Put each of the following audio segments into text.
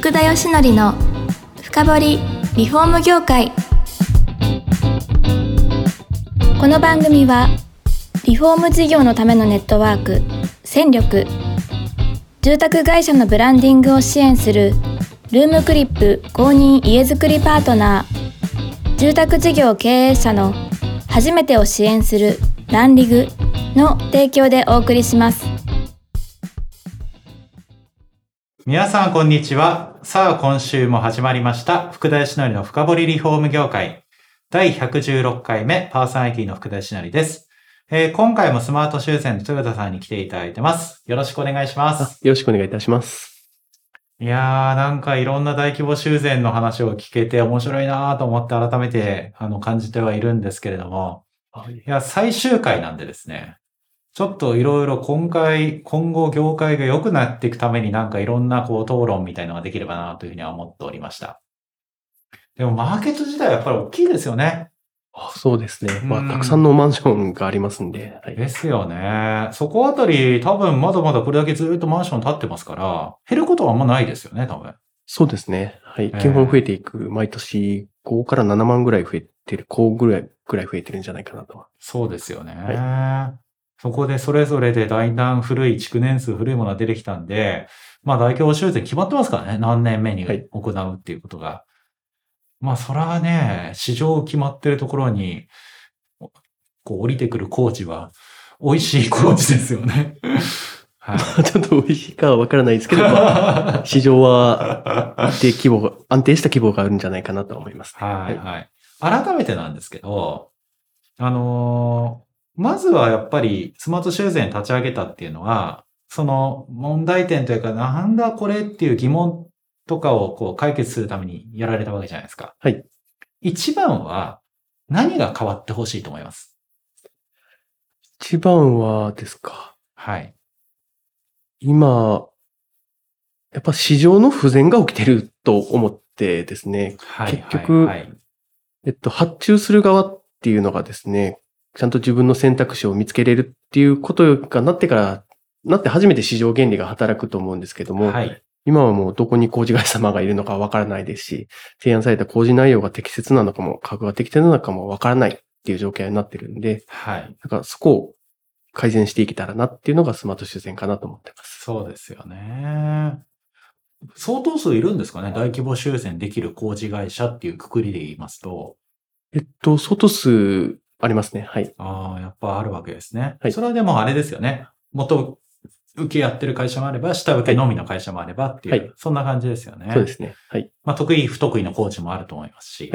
福田義則の深掘りリフォーム業界。この番組はリフォーム事業のためのネットワーク戦力、住宅会社のブランディングを支援するルームクリップ公認家づくりパートナー、住宅事業経営者の初めてを支援するランリグの提供でお送りします。 皆さんこんにちは。さあ今週も始まりました福田義則の深掘りリフォーム業界第116回目パーソナリティの福田義則です。今回もスマート修繕の豊田さんに来ていただいてます。よろしくお願いします。 よろしくお願いいたします。 いやー、なんかいろんな大規模修繕の話を聞けて面白いなーと思って改めて感じてはいるんですけれども、いや、最終回なんでですね、ちょっといろいろ今後業界が良くなっていくためになんかいろんな討論みたいなのができればなというふうには思っておりました。でもマーケット自体はやっぱり大きいですよね。 そうですね。たくさんのマンションがありますんで。 はい、ですよね。そこあたり多分まだまだこれだけずっとマンション建ってますから、減ることはあんまないですよね、多分。 そうですね。はい。基本増えていく。毎年5から7万ぐらい増えてる、5ぐらい増えてるんじゃないかなと。 そうですよね。 はい、 そこでそれぞれでだんだん築年数古いものが出てきたんで、まあ大規模修繕決まってますからね。何年目に行うっていうことが。はい、まあそれはね、市場決まってるところに、降りてくる工事は、美味しい工事ですよね。 はい、ちょっと美味しいかはわからないですけど、市場は安定した規模があるんじゃないかなと思います、ね。 はいはい。改めてなんですけど、まずはやっぱりスマート修繕立ち上げたっていうのは、その問題点というか、なんだこれっていう疑問とかを解決するためにやられたわけじゃないですか。 はい。一番は何が変わってほしいと思います？ 一番はですか。 はい。 今、やっぱ市場の不全が起きてると思ってですね。 はい。 結局、発注する側っていうのがですね、ちゃんと自分の選択肢を見つけれるっていうことがなって初めて市場原理が働くと思うんですけども、はい、今はもうどこに工事会社様がいるのかわからないですし、提案された工事内容が適切なのかも、価格が適切なのかもわからないっていう状況になってるんで、 はい。 だからそこを改善していけたらなっていうのがスマート修繕かなと思ってます。 そうですよね。相当数いるんですかね、大規模修繕できる工事会社っていう括りで言いますと。 相当数ありますね。はい。 ああ、やっぱあるわけですね。 はい。 それはでもあれですよね。元受けやってる会社もあれば、下請けのみの会社もあればっていう、はい、そんな感じですよね。 そうですね。はい。 まあ、得意不得意の工事もあると思いますし。 はい。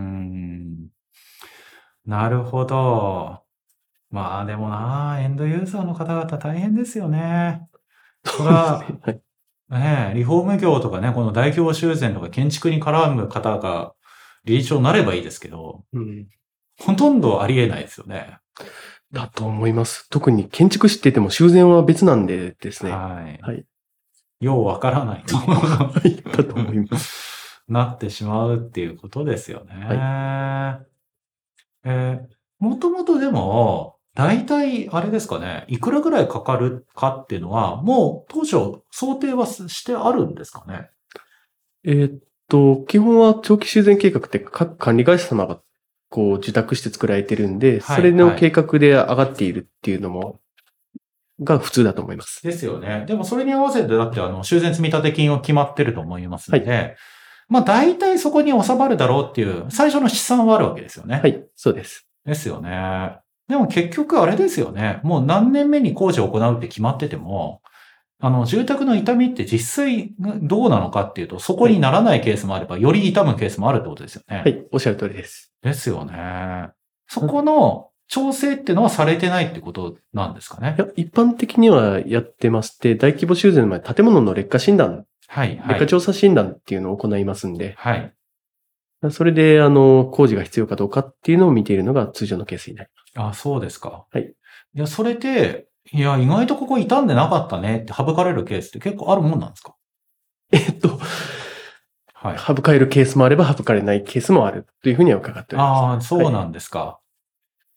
なるほど。まあでもな、エンドユーザーの方々大変ですよね。それは、ね、リフォーム業とかね、この大規模修繕とか建築に絡む方が理事長になればいいですけど、ほとんどありえないですよね。 だと思います。特に建築士って言っても修繕は別なんでですね。 はい。 はい。 ようわからないと。 だと思います。 なってしまうっていうことですよね。はい。もともとでも、大体、あれですかね、いくらぐらいかかるかっていうのは、もう当初想定はしてあるんですかね？ 基本は長期修繕計画って各管理会社様が受託して作られてるんで、それの計画で上がっているっていうのも、が普通だと思います。 ですよね。でもそれに合わせてだって修繕積立金は決まってると思いますので、はい、まあ大体そこに収まるだろうっていう最初の試算はあるわけですよね。 はい、そうです。 ですよね。でも結局あれですよね。もう何年目に工事を行うって決まってても、住宅の傷みって実際どうなのかっていうと、そこにならないケースもあれば、より傷むケースもあるってことですよね。 はい、おっしゃる通りです。 ですよね。そこの調整っていうのはされてないってことなんですかね。 いや、一般的にはやってまして、大規模修繕の前、建物の劣化診断、劣化調査診断っていうのを行いますんで、 はい。 それで、工事が必要かどうかっていうのを見ているのが通常のケースになります。 あ、そうですか。 はい。 いや、それで、いや、意外とここ傷んでなかったねって省かれるケースって結構あるもんなんですか？ はい。省かれるケースもあれば省かれないケースもあるというふうには伺っております。 ああ、そうなんですか。はい、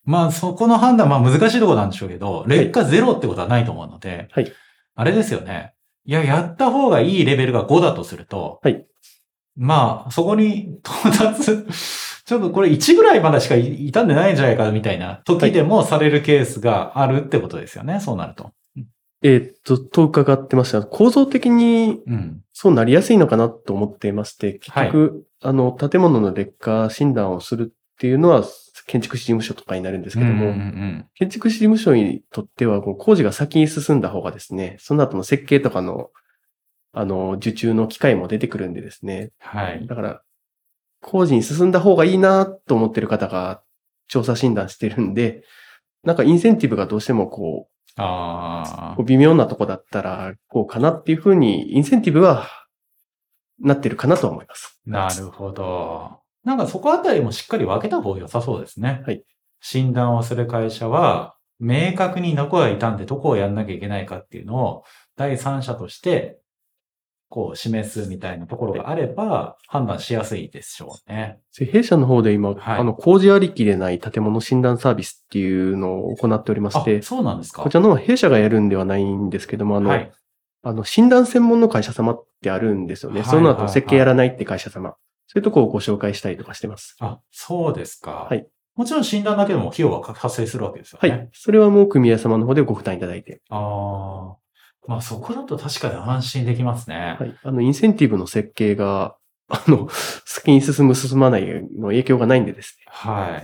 まあ、そこの判断、難しいところなんでしょうけど、劣化ゼロってことはないと思うので、 はい。 あれですよね。 いや、やった方がいいレベルが5だとすると、 はい。 まあ、そこに到達、ちょっとこれ1ぐらいまでしか傷んでないんじゃないかみたいな時でもされるケースがあるってことですよね、そうなると。 と伺ってました。構造的に、そうなりやすいのかなと思っていまして、結局、建物の劣化診断をするっていうのは、建築士事務所とかになるんですけども、建築士事務所にとっては、工事が先に進んだ方がですね、その後の設計とかの、受注の機会も出てくるんでですね。 はい。 だから、工事に進んだ方がいいなと思ってる方が調査診断してるんで、なんかインセンティブがどうしても微妙なとこだったら、こうかなっていうふうに、インセンティブはなってるかなと思います。 なるほど。なんかそこあたりもしっかり分けた方が良さそうですね。 はい。 診断をする会社は、明確にどこが傷んでどこをやんなきゃいけないかっていうのを、第三者として、示すみたいなところがあれば、判断しやすいでしょうね。 弊社の方で今、工事ありきでない建物診断サービスっていうのを行っておりまして、 そうなんですか。 こちらのは弊社がやるんではないんですけども、診断専門の会社様ってあるんですよね。その後設計やらないって会社様。そういうところをご紹介したりとかしてます。 そうですか。 はい。 もちろん診断だけでも費用が発生するわけですよね。 はい。それはもう組合様の方でご負担いただいて。 まあそこだと確かに安心できますね。 はい。インセンティブの設計が、先に進む進まないの影響がないんでですね。 はい。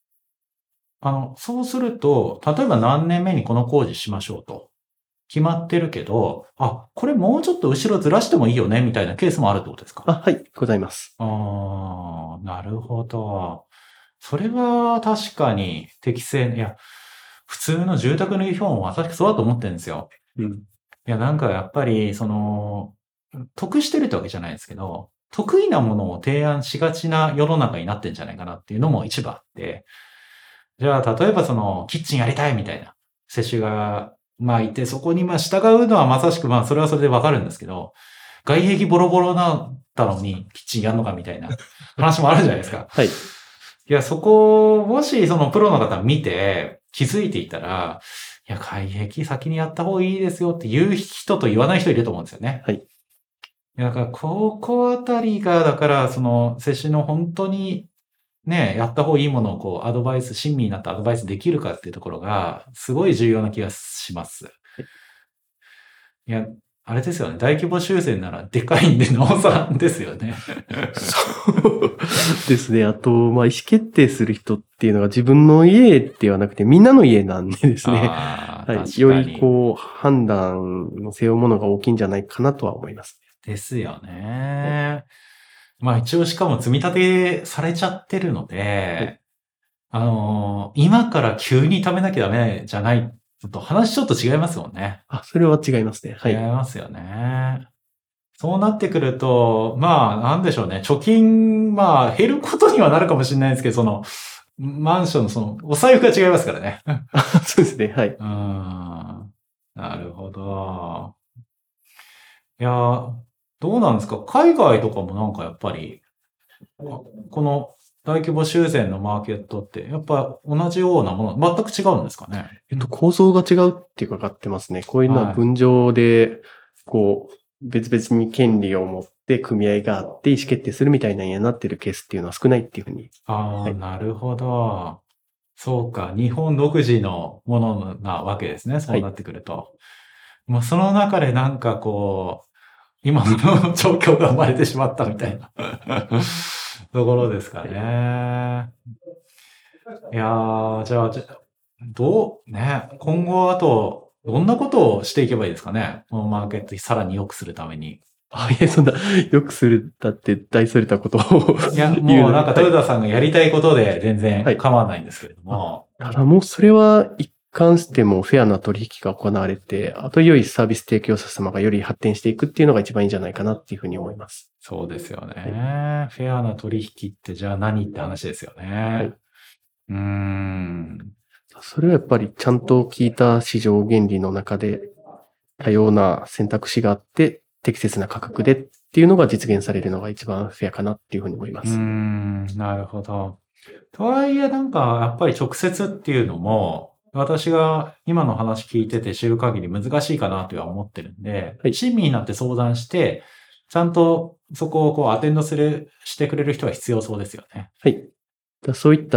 そうすると、例えば何年目にこの工事しましょうと。決まってるけど、これもうちょっと後ろずらしてもいいよね、みたいなケースもあるってことですか？ はい、ございます。 なるほど。それは確かに適正、いや、普通の住宅のリフォームは私そうだと思ってるんですよ。いや、なんかやっぱり、得してるってわけじゃないですけど、得意なものを提案しがちな世の中になってんじゃないかなっていうのも一部あって、じゃあ、例えばキッチンやりたいみたいな施主が、いて、そこに従うのはまさしく、それはそれでわかるんですけど、外壁ボロボロだったのに、キッチンやんのかみたいな話もあるじゃないですか。 はい。 いや、そこ、もしプロの方見て気づいていたら、いや、外壁先にやった方がいいですよって言う人と言わない人いると思うんですよね。 はい。 だから、ここあたりが、だから、接種の本当に、ね、やった方がいいものをアドバイス、親身になってアドバイスできるかっていうところが、すごい重要な気がします。いや、あれですよね。大規模修繕ならでかいんでなおさらですよね。 そうですね。あと、意思決定する人っていうのが自分の家ではなくてみんなの家なんでですね。はい。より判断の背負うものが大きいんじゃないかなとは思います。 ですよね。一応しかも積み立てされちゃってるので、今から急に貯めなきゃダメじゃないと話ちょっと違いますもんね。 それは違いますね。はい。 違いますよね。そうなってくると、なんでしょうね。貯金、減ることにはなるかもしれないですけど、マンションのお財布が違いますからね。 そうですね。はい。 なるほど。いや、どうなんですか？海外とかもなんかやっぱり、この大規模修繕のマーケットって、やっぱ同じようなもの、全く違うんですかね？ 構造が違うって伺ってますね。こういうのは分譲で、別々に権利を持って組合があって意思決定するみたいなになってるケースっていうのは少ないっていうふうに。 なるほど。そうか。日本独自のものなわけですね。そうなってくると。その中でなんか今の状況が生まれてしまったみたいなところですかね。いやー、じゃあ、今後あと、どんなことをしていけばいいですかね？このマーケットさらに良くするために。 そんな、良くするだって大それたことを。 いや、もうなんか豊田さんがやりたいことで全然構わないんですけれども。 ただもうそれは一貫してもフェアな取引が行われて、あと良いサービス提供者様がより発展していくっていうのが一番いいんじゃないかなっていうふうに思います。 そうですよね。フェアな取引ってじゃあ何って話ですよね。 それはやっぱりちゃんと聞いた市場原理の中で多様な選択肢があって適切な価格でっていうのが実現されるのが一番フェアかなっていうふうに思います。 なるほど。とはいえなんかやっぱり直接っていうのも私が今の話聞いてて知る限り難しいかなとは思ってるんで、 はい親身になって相談して、ちゃんとそこをこうアテンドしてくれる人は必要そうですよね。 はい。そういった、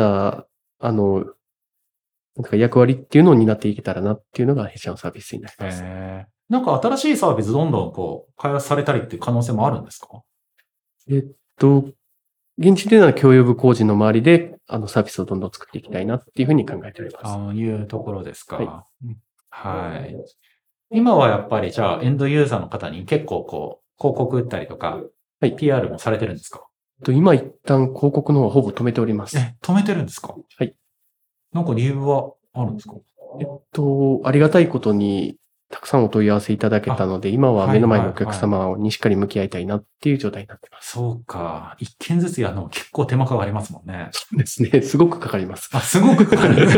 なんか役割っていうのを担っていけたらなっていうのが弊社のサービスになります。 なんか新しいサービスどんどんこう開発されたりっていう可能性もあるんですか？ 現地では共用部工事の周りで、サービスをどんどん作っていきたいなっていうふうに考えております。 ああいうところですか。 ははい。今はやっぱりじゃあエンドユーザーの方に結構こう広告打ったりとか、 はい。 PR もされてるんですか？ 今一旦広告の方はほぼ止めております。 止めてるんですか？ はい。 なんか理由はあるんですか？ ありがたいことに、たくさんお問い合わせいただけたので、今は目の前のお客様にしっかり向き合いたいなっていう状態になっています。 そうか。一件ずつやるの結構手間かかりますもんね。 そうですね。すごくかかります。 すごくかかる。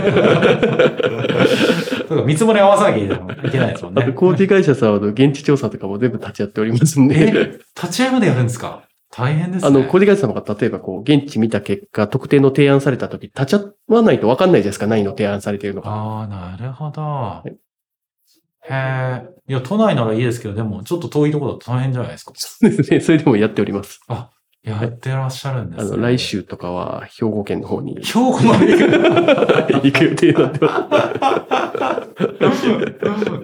そうか、見積もり合わさなきゃいけないですもんね。 あと工事会社さんは現地調査とかも全部立ち会っておりますんで。 立ち会いまでやるんですか？大変ですね。 工事会社様が例えば現地見た結果、特定の提案されたとき、立ち会わないと分かんないじゃないですか、何の提案されているのか。 ああ、なるほど。はい、へえ。いや、都内ならいいですけど、でも、ちょっと遠いところだと大変じゃないですか。 そうですね。それでもやっております。 やってらっしゃるんですね。 来週とかは、兵庫県の方に。 兵庫まで行く予定になってます。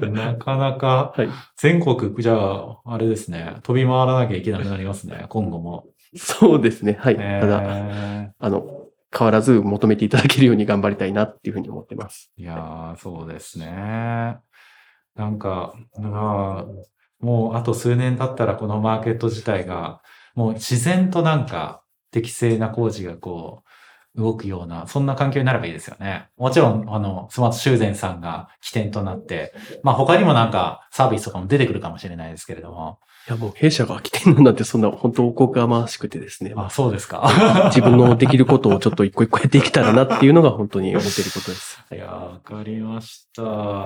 なかなか、全国、じゃあ、あれですね、飛び回らなきゃいけなくなりますね、今後も。 そうですね。はい。ただ、変わらず求めていただけるように頑張りたいなっていうふうに思ってます。 いやー、そうですね。なんか、もうあと数年経ったらこのマーケット自体が、もう自然となんか適正な工事がこう動くような、そんな環境になればいいですよね。もちろん、スマート修繕さんが起点となって、他にもなんかサービスとかも出てくるかもしれないですけれども。 いや、もう弊社が起点なんてそんな本当おこがましくてですね。 そうですか。 自分のできることをちょっと一個一個やっていけたらなっていうのが本当に思っていることです。 いや、わかりました。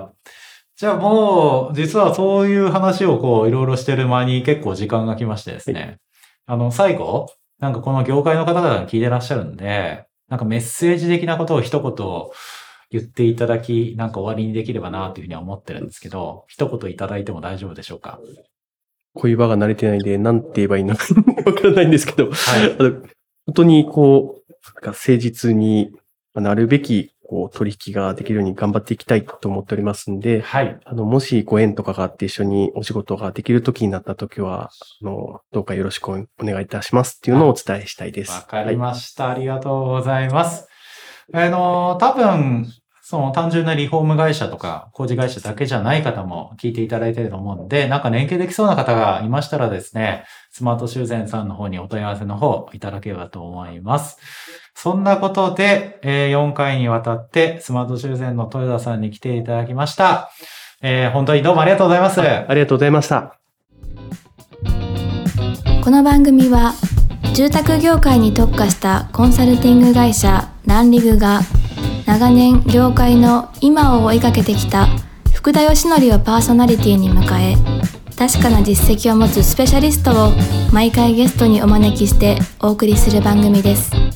じゃあもう、実はそういう話をいろいろしてる間に結構時間が来ましてですね。最後、なんかこの業界の方々が聞いてらっしゃるんで、なんかメッセージ的なことを一言言っていただき、なんか終わりにできればなというふうには思ってるんですけど、一言いただいても大丈夫でしょうか？ こういう場が慣れてないんで、なんて言えばいいのかわからないんですけど、本当に誠実になるべき取引ができるように頑張っていきたいと思っておりますんで、もしご縁とかがあって一緒にお仕事ができる時になった時は、どうかよろしくお願いいたしますっていうのをお伝えしたいです。 わかりました。ありがとうございます。多分、その単純なリフォーム会社とか工事会社だけじゃない方も聞いていただいていると思うので、なんか連携できそうな方がいましたらですね、スマート修繕さんの方にお問い合わせの方いただければと思います。そんなことで、4回にわたってスマート修繕の豊田さんに来ていただきました。本当にどうもありがとうございます。 ありがとうございました。 この番組は住宅業界に特化したコンサルティング会社ランリグが長年業界の今を追いかけてきた福田義則をパーソナリティに迎え、確かな実績を持つスペシャリストを毎回ゲストにお招きしてお送りする番組です。